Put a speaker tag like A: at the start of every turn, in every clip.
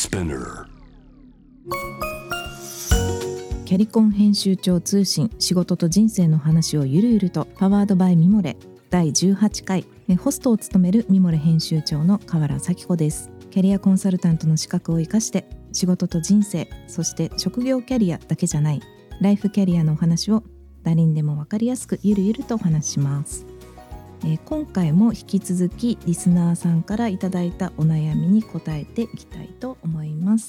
A: Spinner。
B: キャリコン編集長通信、仕事と人生の話をゆるゆると、パワードバイミモレ第18回、ホストを務めるミモレ編集長の河原咲子です。キャリアコンサルタントの資格を生かして、仕事と人生、そして職業キャリアだけじゃないライフキャリアのお話を誰にでも分かりやすくゆるゆるとお話します。今回も引き続きリスナーさんからいただいたお悩みに答えていきたいと思います。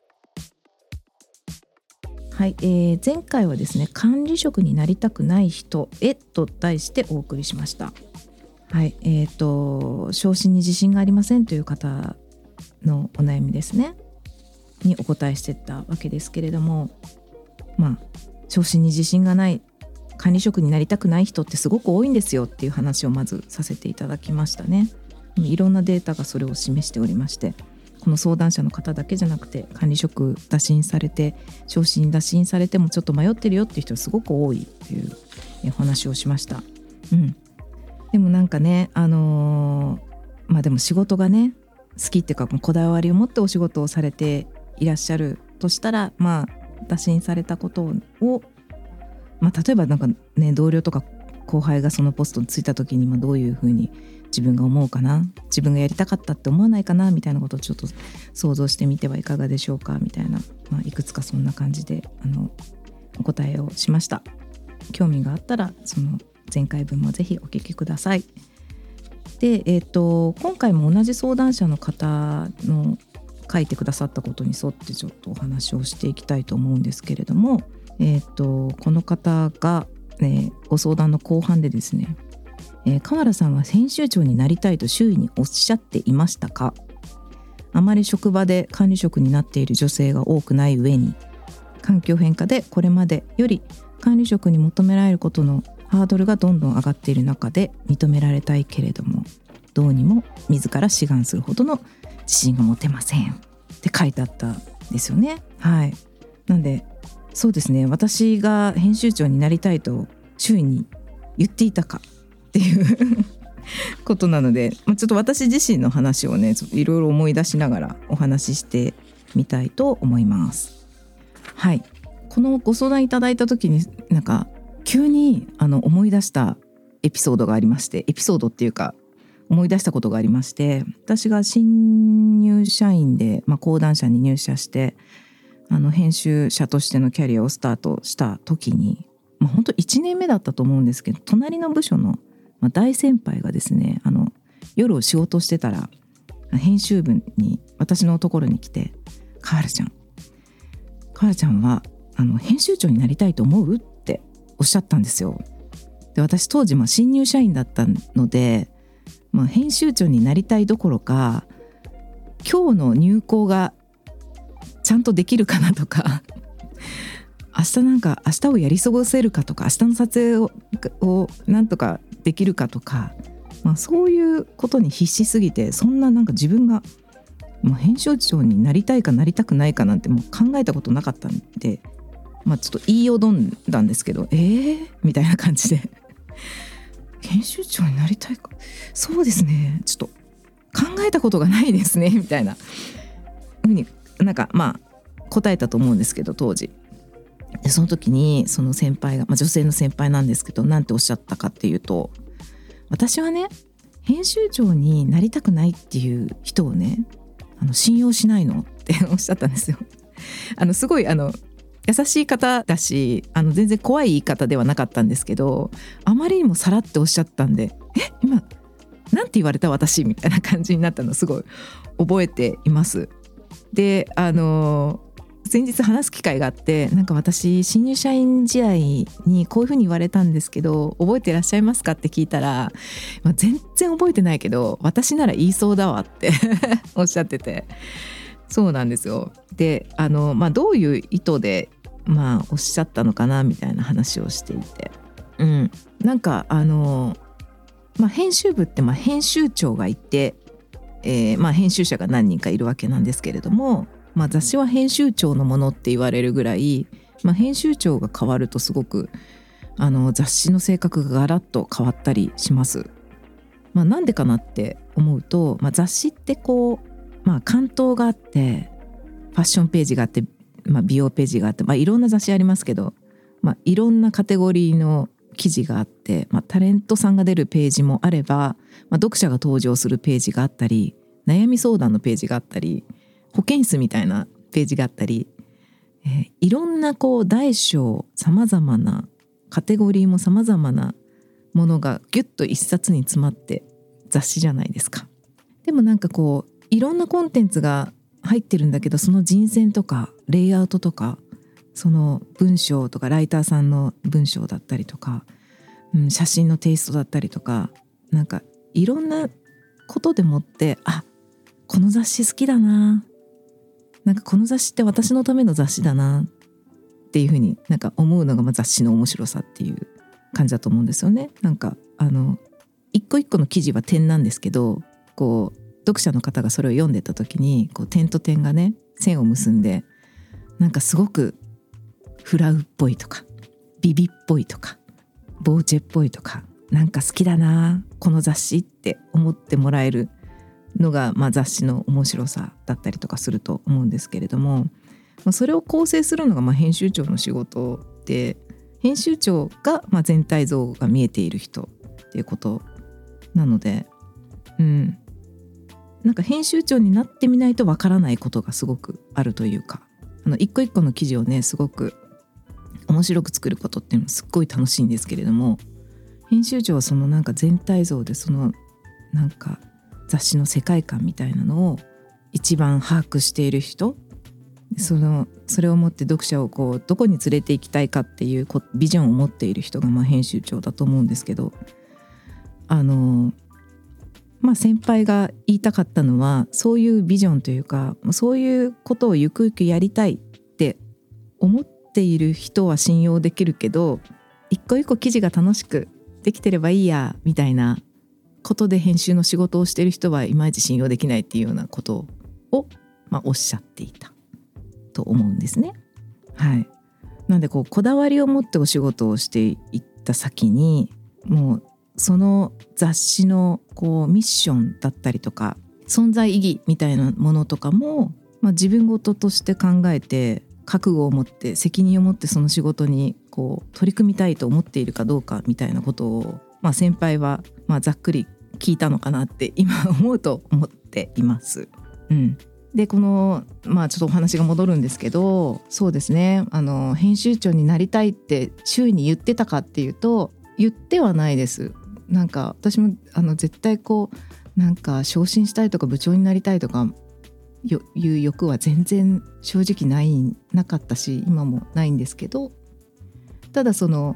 B: はい、前回はですね、管理職になりたくない人へと題してお送りしました。はい、昇進に自信がありませんという方のお悩みですねにお答えしてたわけですけれども、昇進に自信がない、管理職になりたくない人ってすごく多いんですよっていう話をまずさせていただきましたね。いろんなデータがそれを示しておりまして、この相談者の方だけじゃなくて、管理職打診されて昇進打診されてもちょっと迷ってるよっていう人すごく多いっていうお話をしました。でもなんかね、でも仕事がね好きっていうか、こだわりを持ってお仕事をされていらっしゃるとしたら、打診されたことを例えばなんかね、同僚とか後輩がそのポストに就いた時にどういうふうに自分が思うかな、自分がやりたかったって思わないかなみたいなことをちょっと想像してみてはいかがでしょうかみたいな、いくつかそんな感じでお答えをしました。興味があったらその前回分もぜひお聞きください。で、今回も同じ相談者の方の書いてくださったことに沿ってちょっとお話をしていきたいと思うんですけれども、この方が、ご相談の後半でですね、河原さんは編集長になりたいと周囲におっしゃっていましたか？あまり職場で管理職になっている女性が多くない上に、環境変化でこれまでより管理職に求められることのハードルがどんどん上がっている中で、認められたいけれどもどうにも自ら志願するほどの自信が持てませんって書いてあったんですよね。はい。なんでそうですね、私が編集長になりたいと周囲に言っていたかっていうことなので、ちょっと私自身の話をね、いろいろ思い出しながらお話ししてみたいと思います。はい。このご相談いただいた時になんか急に思い出したエピソードがありまして、エピソードっていうか思い出したことがありまして、私が新入社員で、講談社に入社して編集者としてのキャリアをスタートした時に、本当1年目だったと思うんですけど、隣の部署の大先輩がですね、夜を仕事してたら編集部に私のところに来て、河原ちゃんは編集長になりたいと思うっておっしゃったんですよ。で、私当時新入社員だったので、編集長になりたいどころか、今日の入稿がちゃんとできるかなとか明日をやり過ごせるかとか、明日の撮影をなんとかできるかとか、そういうことに必死すぎて、そんな自分が編集長になりたいかなりたくないかなんてもう考えたことなかったんで、ちょっと言いよどんだんですけど、みたいな感じで編集長になりたいか、そうですね、ちょっと考えたことがないですねみたいなふうに答えたと思うんですけど、当時。でその時にその先輩が、女性の先輩なんですけど、なんておっしゃったかっていうと、私はね、編集長になりたくないっていう人をね、信用しないのっておっしゃったんですよ。すごい優しい方だし、全然怖い言い方ではなかったんですけど、あまりにもさらっておっしゃったんで、今なんて言われた私みたいな感じになったのすごい覚えています。で、先日話す機会があって、私新入社員時代にこういうふうに言われたんですけど覚えていらっしゃいますかって聞いたら、全然覚えてないけど私なら言いそうだわっておっしゃってて、そうなんですよ。でどういう意図でおっしゃったのかなみたいな話をしていて、編集部って編集長がいて、編集者が何人かいるわけなんですけれども、雑誌は編集長のものって言われるぐらい、編集長が変わるとすごく雑誌の性格がガラッと変わったりします。なんでかなって思うと、雑誌って関東があってファッションページがあって、美容ページがあって、いろんな雑誌ありますけど、いろんなカテゴリーの記事があって、タレントさんが出るページもあれば、読者が登場するページがあったり、悩み相談のページがあったり、保健室みたいなページがあったり、いろんな大小さまざまなカテゴリーもさまざまなものがギュッと一冊に詰まって雑誌じゃないですか。でもいろんなコンテンツが入ってるんだけど、その人選とかレイアウトとか、その文章とかライターさんの文章だったりとか、写真のテイストだったりとか、いろんなことでもって、この雑誌好きだな、この雑誌って私のための雑誌だなっていうふうに思うのが雑誌の面白さっていう感じだと思うんですよね。一個一個の記事は点なんですけど、読者の方がそれを読んでた時に点と点がね線を結んで、すごくフラウっぽいとかビビっぽいとかボーチェっぽいとか、好きだなこの雑誌って思ってもらえるのが、雑誌の面白さだったりとかすると思うんですけれども、それを構成するのが編集長の仕事で、編集長が全体像が見えている人っていうことなので、編集長になってみないとわからないことがすごくあるというか、一個一個の記事をねすごく面白く作ることっていうのもすっごい楽しいんですけれども、編集長はその全体像でその雑誌の世界観みたいなのを一番把握している人、それをもって読者をどこに連れて行きたいかっていうビジョンを持っている人が編集長だと思うんですけど、先輩が言いたかったのは、そういうビジョンというか、そういうことをゆくゆくやりたいって思っている人は信用できるけど、一個一個記事が楽しくできてればいいやみたいなことで編集の仕事をしている人はいまいち信用できないっていうようなことを、おっしゃっていたと思うんですね。はい。なんでこだわりを持ってお仕事をしていった先に、もうその雑誌のミッションだったりとか存在意義みたいなものとかも、自分事として考えて、覚悟を持って責任を持ってその仕事に取り組みたいと思っているかどうかみたいなことを、先輩はざっくり聞いたのかなって今思うと思っています。でちょっとお話が戻るんですけど、そうですね、編集長になりたいって周囲に言ってたかっていうと、言ってはないです。私も絶対昇進したいとか部長になりたいとかいう欲は全然正直なかったし、今もないんですけど、ただ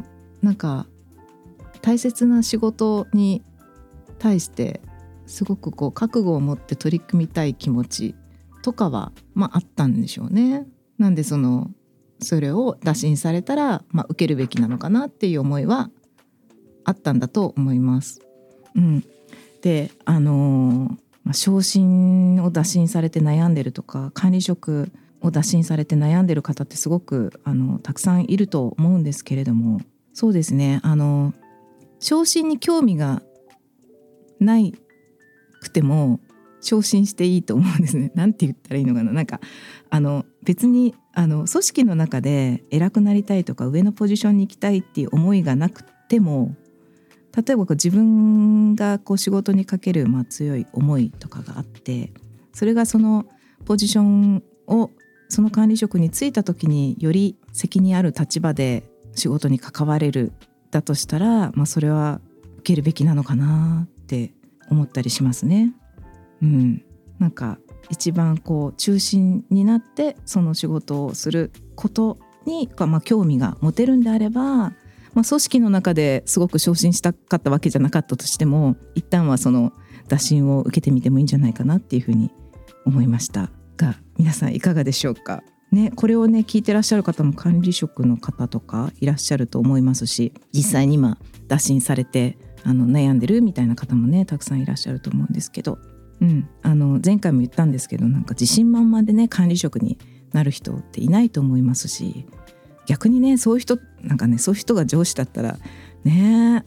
B: 大切な仕事に対してすごく覚悟を持って取り組みたい気持ちとかはあったんでしょうね。なんでそれを打診されたら、受けるべきなのかなっていう思いはあったんだと思います。で昇進を打診されて悩んでるとか、管理職を打診されて悩んでる方ってすごくたくさんいると思うんですけれども、そうですね、昇進に興味がないくても昇進していいと思うんですね。なんて言ったらいいのかな。別に組織の中で偉くなりたいとか上のポジションに行きたいっていう思いがなくても、例えば自分が仕事にかける強い思いとかがあって、それがそのポジションをその管理職に就いた時により責任ある立場で仕事に関われるだとしたら、それは受けるべきなのかなって思ったりしますね。一番中心になってその仕事をすることに興味が持てるんであれば、組織の中ですごく昇進したかったわけじゃなかったとしても、一旦はその打診を受けてみてもいいんじゃないかなっていうふうに思いましたが、皆さんいかがでしょうかね。これをね聞いてらっしゃる方も管理職の方とかいらっしゃると思いますし、実際に今打診されて悩んでるみたいな方もねたくさんいらっしゃると思うんですけど、前回も言ったんですけど、自信満々でね管理職になる人っていないと思いますし、逆にねそういう人そういう人が上司だったらね、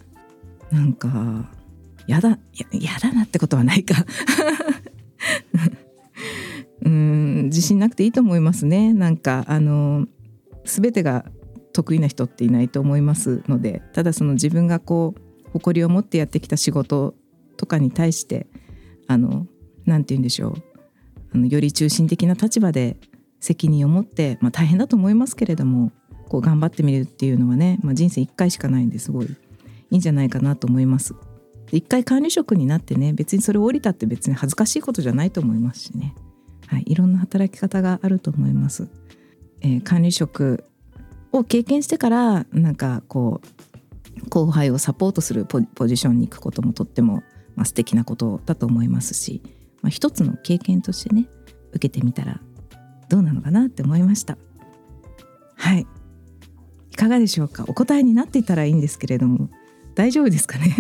B: やだなってことはないか自信なくていいと思いますね。なんか全てが得意な人っていないと思いますので、ただその自分がこう誇りを持ってやってきた仕事とかに対してなんて言うんでしょう、より中心的な立場で責任を持って、大変だと思いますけれどもこう頑張ってみるっていうのはね、人生1回しかないんですごいいいんじゃないかなと思います。1回管理職になってね、別にそれを降りたって別に恥ずかしいことじゃないと思いますしね、いろんな働き方があると思います。管理職を経験してからなんかこう後輩をサポートするポジションに行くこともとっても、素敵なことだと思いますし、一つの経験としてね受けてみたらどうなのかなって思いました。いかがでしょうか。お答えになっていたらいいんですけれども大丈夫ですかね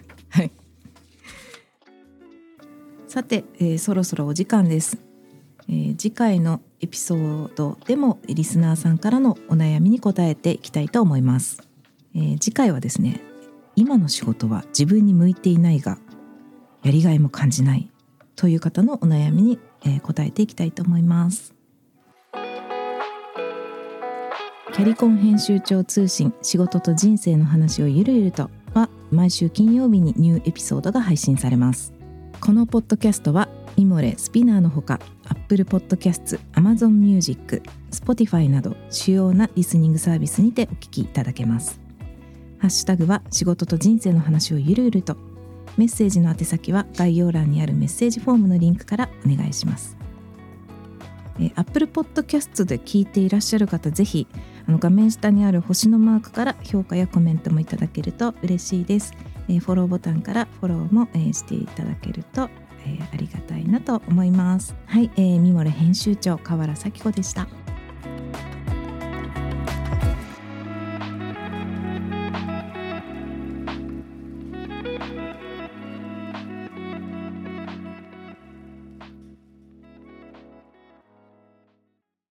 B: さて、そろそろお時間です。次回のエピソードでもリスナーさんからのお悩みに答えていきたいと思います。次回はですね、今の仕事は自分に向いていないがやりがいも感じないという方のお悩みに、答えていきたいと思います。キャリコン編集長通信、仕事と人生の話をゆるゆるとは毎週金曜日にニューエピソードが配信されます。このポッドキャストはミモレ、スピナーのほか Apple Podcast、Amazon Music、Spotify など主要なリスニングサービスにてお聞きいただけます。ハッシュタグは仕事と人生の話をゆるゆると。メッセージの宛先は概要欄にあるメッセージフォームのリンクからお願いします。Apple Podcast で聞いていらっしゃる方、ぜひ画面下にある星のマークから評価やコメントもいただけると嬉しいです。フォローボタンからフォローも、していただけると、ありがたいなと思います。ミモレ編集長河原咲子でした。